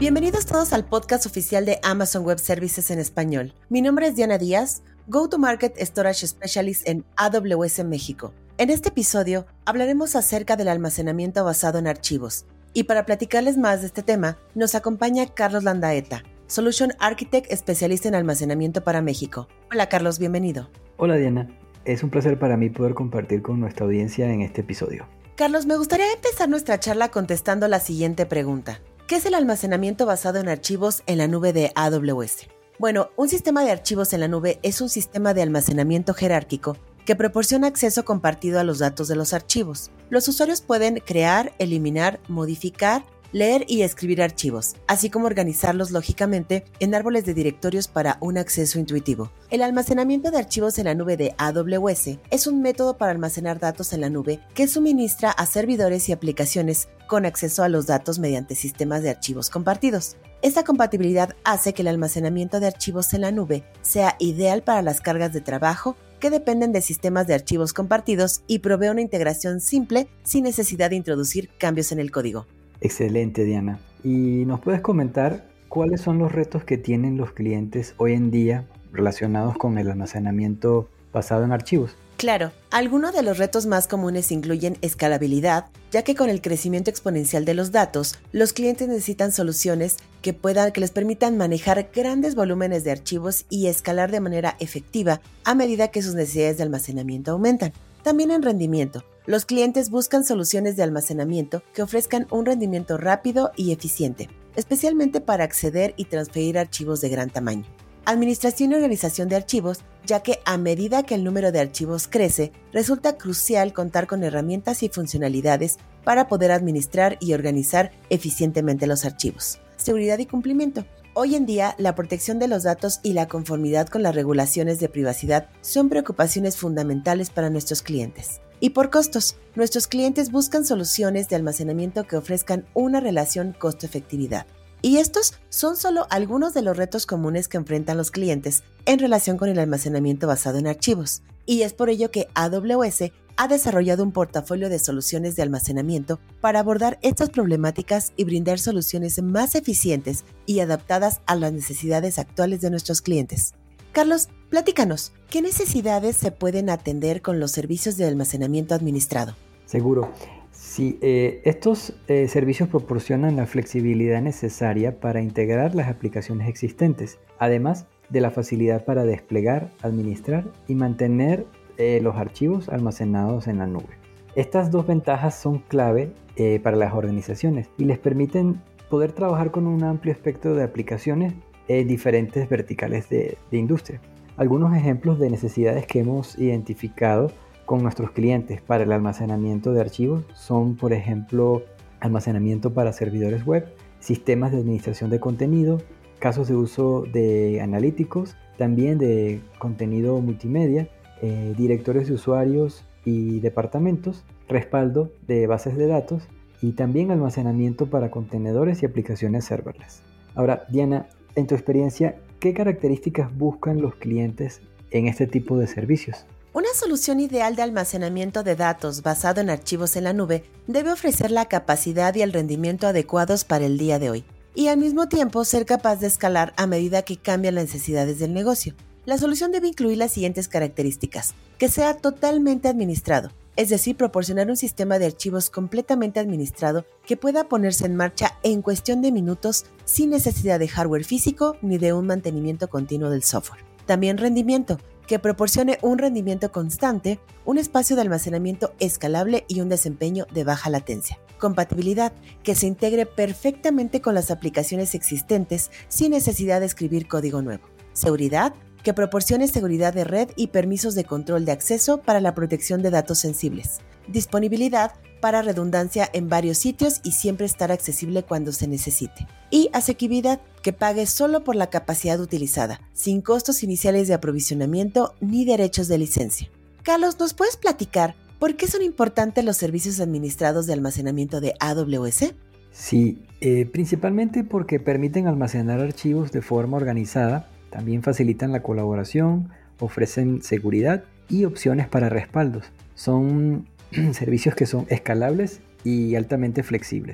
Bienvenidos todos al podcast oficial de Amazon Web Services en español. Mi nombre es Diana Díaz, Go-to-Market Storage Specialist en AWS México. En este episodio hablaremos acerca del almacenamiento basado en archivos. Y para platicarles más de este tema, nos acompaña Carlos Landaeta, Solution Architect especialista en almacenamiento para México. Hola Carlos, bienvenido. Hola Diana, es un placer para mí poder compartir con nuestra audiencia en este episodio. Carlos, me gustaría empezar nuestra charla contestando la siguiente pregunta. ¿Qué es el almacenamiento basado en archivos en la nube de AWS? Bueno, un sistema de archivos en la nube es un sistema de almacenamiento jerárquico que proporciona acceso compartido a los datos de los archivos. Los usuarios pueden crear, eliminar, modificar, leer y escribir archivos, así como organizarlos lógicamente en árboles de directorios para un acceso intuitivo. El almacenamiento de archivos en la nube de AWS es un método para almacenar datos en la nube que suministra a servidores y aplicaciones con acceso a los datos mediante sistemas de archivos compartidos. Esta compatibilidad hace que el almacenamiento de archivos en la nube sea ideal para las cargas de trabajo que dependen de sistemas de archivos compartidos y provee una integración simple sin necesidad de introducir cambios en el código. Excelente, Diana. ¿Y nos puedes comentar cuáles son los retos que tienen los clientes hoy en día relacionados con el almacenamiento basado en archivos? Claro, algunos de los retos más comunes incluyen escalabilidad, ya que con el crecimiento exponencial de los datos, los clientes necesitan soluciones que les permitan manejar grandes volúmenes de archivos y escalar de manera efectiva a medida que sus necesidades de almacenamiento aumentan. También en rendimiento, los clientes buscan soluciones de almacenamiento que ofrezcan un rendimiento rápido y eficiente, especialmente para acceder y transferir archivos de gran tamaño. Administración y organización de archivos, ya que a medida que el número de archivos crece, resulta crucial contar con herramientas y funcionalidades para poder administrar y organizar eficientemente los archivos. Seguridad y cumplimiento. Hoy en día, la protección de los datos y la conformidad con las regulaciones de privacidad son preocupaciones fundamentales para nuestros clientes. Y por costos, nuestros clientes buscan soluciones de almacenamiento que ofrezcan una relación costo-efectividad. Y estos son solo algunos de los retos comunes que enfrentan los clientes en relación con el almacenamiento basado en archivos. Y es por ello que AWS ha desarrollado un portafolio de soluciones de almacenamiento para abordar estas problemáticas y brindar soluciones más eficientes y adaptadas a las necesidades actuales de nuestros clientes. Carlos, platícanos, ¿qué necesidades se pueden atender con los servicios de almacenamiento administrado? Seguro. Sí, estos servicios proporcionan la flexibilidad necesaria para integrar las aplicaciones existentes, además de la facilidad para desplegar, administrar y mantener los archivos almacenados en la nube. Estas dos ventajas son clave para las organizaciones y les permiten poder trabajar con un amplio espectro de aplicaciones en diferentes verticales de industria. Algunos ejemplos de necesidades que hemos identificado con nuestros clientes para el almacenamiento de archivos son, por ejemplo, almacenamiento para servidores web, sistemas de administración de contenido, casos de uso de analíticos, también de contenido multimedia, directorios de usuarios y departamentos, respaldo de bases de datos y también almacenamiento para contenedores y aplicaciones serverless. Ahora, Diana, en tu experiencia, ¿qué características buscan los clientes en este tipo de servicios? Una solución ideal de almacenamiento de datos basado en archivos en la nube debe ofrecer la capacidad y el rendimiento adecuados para el día de hoy, y al mismo tiempo ser capaz de escalar a medida que cambian las necesidades del negocio. La solución debe incluir las siguientes características: que sea totalmente administrado, es decir, proporcionar un sistema de archivos completamente administrado que pueda ponerse en marcha en cuestión de minutos sin necesidad de hardware físico ni de un mantenimiento continuo del software. También rendimiento, que proporcione un rendimiento constante, un espacio de almacenamiento escalable y un desempeño de baja latencia. Compatibilidad, que se integre perfectamente con las aplicaciones existentes sin necesidad de escribir código nuevo. Seguridad, que proporcione seguridad de red y permisos de control de acceso para la protección de datos sensibles. Disponibilidad, para redundancia en varios sitios y siempre estar accesible cuando se necesite. Y asequibilidad, que pague solo por la capacidad utilizada, sin costos iniciales de aprovisionamiento ni derechos de licencia. Carlos, ¿nos puedes platicar por qué son importantes los servicios administrados de almacenamiento de AWS? Sí, principalmente porque permiten almacenar archivos de forma organizada, también facilitan la colaboración, ofrecen seguridad y opciones para respaldos. Son servicios que son escalables y altamente flexibles.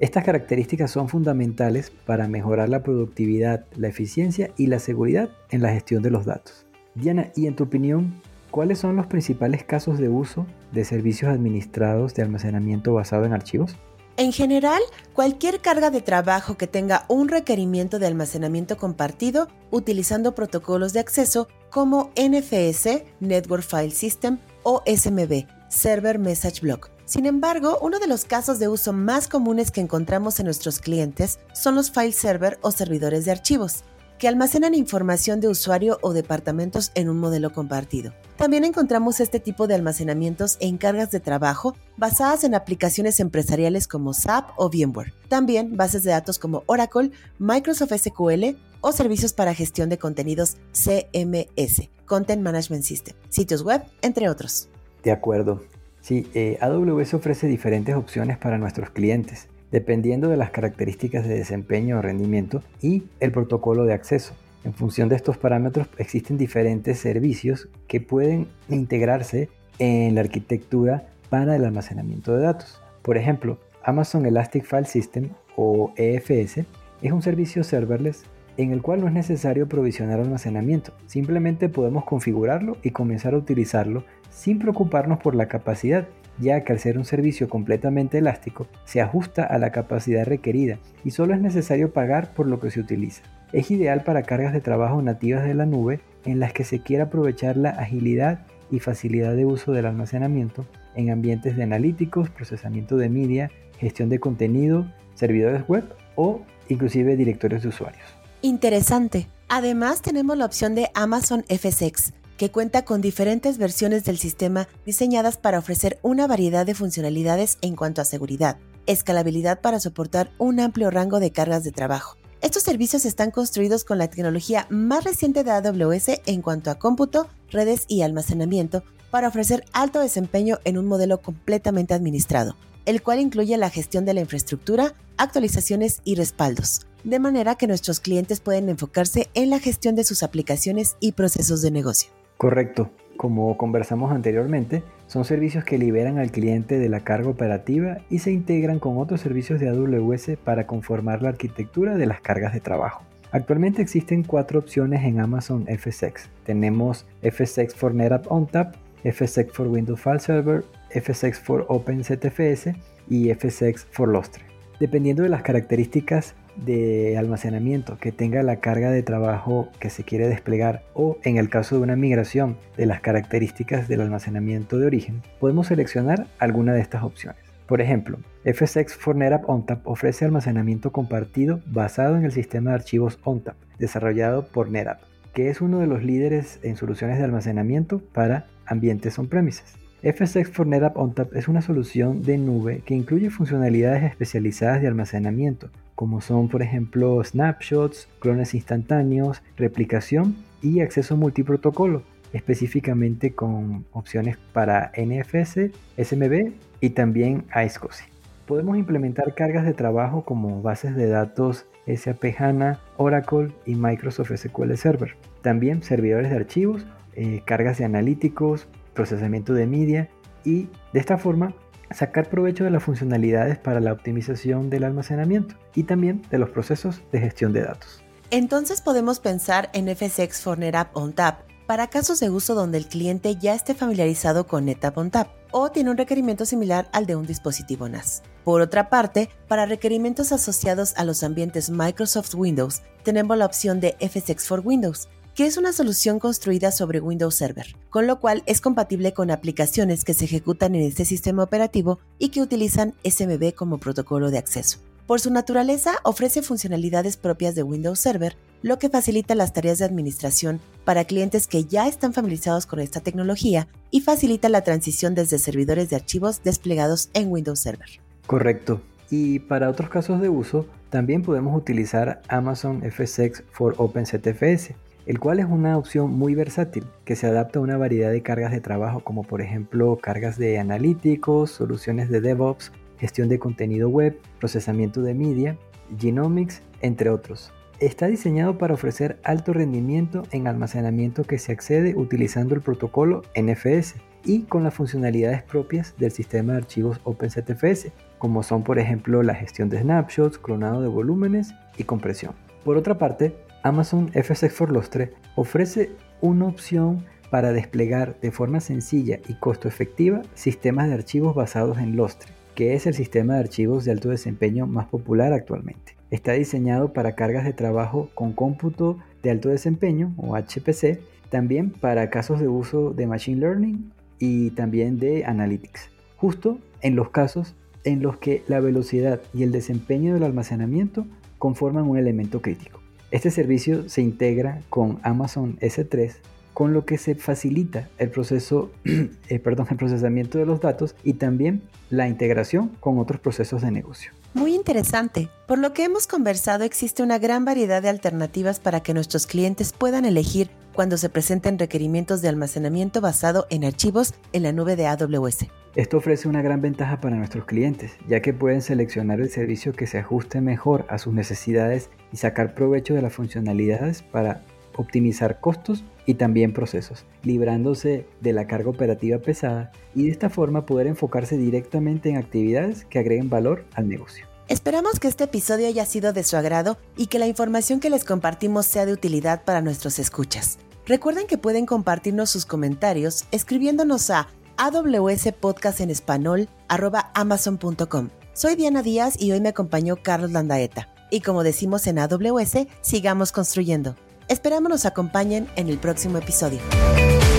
Estas características son fundamentales para mejorar la productividad, la eficiencia y la seguridad en la gestión de los datos. Diana, y en tu opinión, ¿cuáles son los principales casos de uso de servicios administrados de almacenamiento basado en archivos? En general, cualquier carga de trabajo que tenga un requerimiento de almacenamiento compartido utilizando protocolos de acceso como NFS, Network File System, o SMB, Server Message Block. Sin embargo, uno de los casos de uso más comunes que encontramos en nuestros clientes son los file server o servidores de archivos, que almacenan información de usuario o departamentos en un modelo compartido. También encontramos este tipo de almacenamientos en cargas de trabajo basadas en aplicaciones empresariales como SAP o VMware. También bases de datos como Oracle, Microsoft SQL o servicios para gestión de contenidos CMS, Content Management System, sitios web, entre otros. De acuerdo. Sí, AWS ofrece diferentes opciones para nuestros clientes, dependiendo de las características de desempeño o rendimiento y el protocolo de acceso. En función de estos parámetros existen diferentes servicios que pueden integrarse en la arquitectura para el almacenamiento de datos. Por ejemplo, Amazon Elastic File System o EFS es un servicio serverless en el cual no es necesario provisionar almacenamiento. Simplemente podemos configurarlo y comenzar a utilizarlo sin preocuparnos por la capacidad, ya que al ser un servicio completamente elástico, se ajusta a la capacidad requerida y solo es necesario pagar por lo que se utiliza. Es ideal para cargas de trabajo nativas de la nube en las que se quiera aprovechar la agilidad y facilidad de uso del almacenamiento en ambientes de analíticos, procesamiento de media, gestión de contenido, servidores web o inclusive directorios de usuarios. Interesante. Además, tenemos la opción de Amazon FSx, que cuenta con diferentes versiones del sistema diseñadas para ofrecer una variedad de funcionalidades en cuanto a seguridad, escalabilidad para soportar un amplio rango de cargas de trabajo. Estos servicios están construidos con la tecnología más reciente de AWS en cuanto a cómputo, redes y almacenamiento para ofrecer alto desempeño en un modelo completamente administrado, el cual incluye la gestión de la infraestructura, actualizaciones y respaldos, de manera que nuestros clientes pueden enfocarse en la gestión de sus aplicaciones y procesos de negocio. Correcto. Como conversamos anteriormente, son servicios que liberan al cliente de la carga operativa y se integran con otros servicios de AWS para conformar la arquitectura de las cargas de trabajo. Actualmente existen 4 opciones en Amazon FSx. Tenemos FSx for NetApp ONTAP, FSx for Windows File Server, FSx for OpenZFS y FSx for Lustre. Dependiendo de las características de almacenamiento que tenga la carga de trabajo que se quiere desplegar o en el caso de una migración de las características del almacenamiento de origen, podemos seleccionar alguna de estas opciones. Por ejemplo, FSx for NetApp ONTAP ofrece almacenamiento compartido basado en el sistema de archivos ONTAP desarrollado por NetApp, que es uno de los líderes en soluciones de almacenamiento para ambientes on-premises. FSx for NetApp ONTAP es una solución de nube que incluye funcionalidades especializadas de almacenamiento, como son por ejemplo snapshots, clones instantáneos, replicación y acceso multiprotocolo, específicamente con opciones para NFS, SMB y también iSCSI. Podemos implementar cargas de trabajo como bases de datos SAP HANA, Oracle y Microsoft SQL Server. También servidores de archivos, cargas de analíticos, procesamiento de media y de esta forma sacar provecho de las funcionalidades para la optimización del almacenamiento y también de los procesos de gestión de datos. Entonces podemos pensar en FSx for NetApp ONTAP para casos de uso donde el cliente ya esté familiarizado con NetApp ONTAP o tiene un requerimiento similar al de un dispositivo NAS. Por otra parte, para requerimientos asociados a los ambientes Microsoft Windows, tenemos la opción de FSx for Windows, que es una solución construida sobre Windows Server, con lo cual es compatible con aplicaciones que se ejecutan en este sistema operativo y que utilizan SMB como protocolo de acceso. Por su naturaleza, ofrece funcionalidades propias de Windows Server, lo que facilita las tareas de administración para clientes que ya están familiarizados con esta tecnología y facilita la transición desde servidores de archivos desplegados en Windows Server. Correcto. Y para otros casos de uso, también podemos utilizar Amazon FSx for OpenZFS, el cual es una opción muy versátil que se adapta a una variedad de cargas de trabajo como por ejemplo cargas de analíticos, soluciones de DevOps, gestión de contenido web, procesamiento de media, genomics, entre otros. Está diseñado para ofrecer alto rendimiento en almacenamiento que se accede utilizando el protocolo NFS y con las funcionalidades propias del sistema de archivos OpenZFS. como son por ejemplo la gestión de snapshots, clonado de volúmenes y compresión. Por otra parte, Amazon FSx for Lustre ofrece una opción para desplegar de forma sencilla y costo efectiva sistemas de archivos basados en Lustre, que es el sistema de archivos de alto desempeño más popular actualmente. Está diseñado para cargas de trabajo con cómputo de alto desempeño o HPC, también para casos de uso de Machine Learning y también de Analytics, justo en los casos en los que la velocidad y el desempeño del almacenamiento conforman un elemento crítico. Este servicio se integra con Amazon S3, con lo que se facilita el procesamiento de los datos y también la integración con otros procesos de negocio. Muy interesante. Por lo que hemos conversado, existe una gran variedad de alternativas para que nuestros clientes puedan elegir cuando se presenten requerimientos de almacenamiento basado en archivos en la nube de AWS. Esto ofrece una gran ventaja para nuestros clientes, ya que pueden seleccionar el servicio que se ajuste mejor a sus necesidades y sacar provecho de las funcionalidades para optimizar costos y también procesos, librándose de la carga operativa pesada y de esta forma poder enfocarse directamente en actividades que agreguen valor al negocio. Esperamos que este episodio haya sido de su agrado y que la información que les compartimos sea de utilidad para nuestros escuchas. Recuerden que pueden compartirnos sus comentarios escribiéndonos a awspodcastenespanol@amazon.com. Soy Diana Díaz y hoy me acompañó Carlos Landaeta. Y como decimos en AWS, sigamos construyendo. Esperamos nos acompañen en el próximo episodio.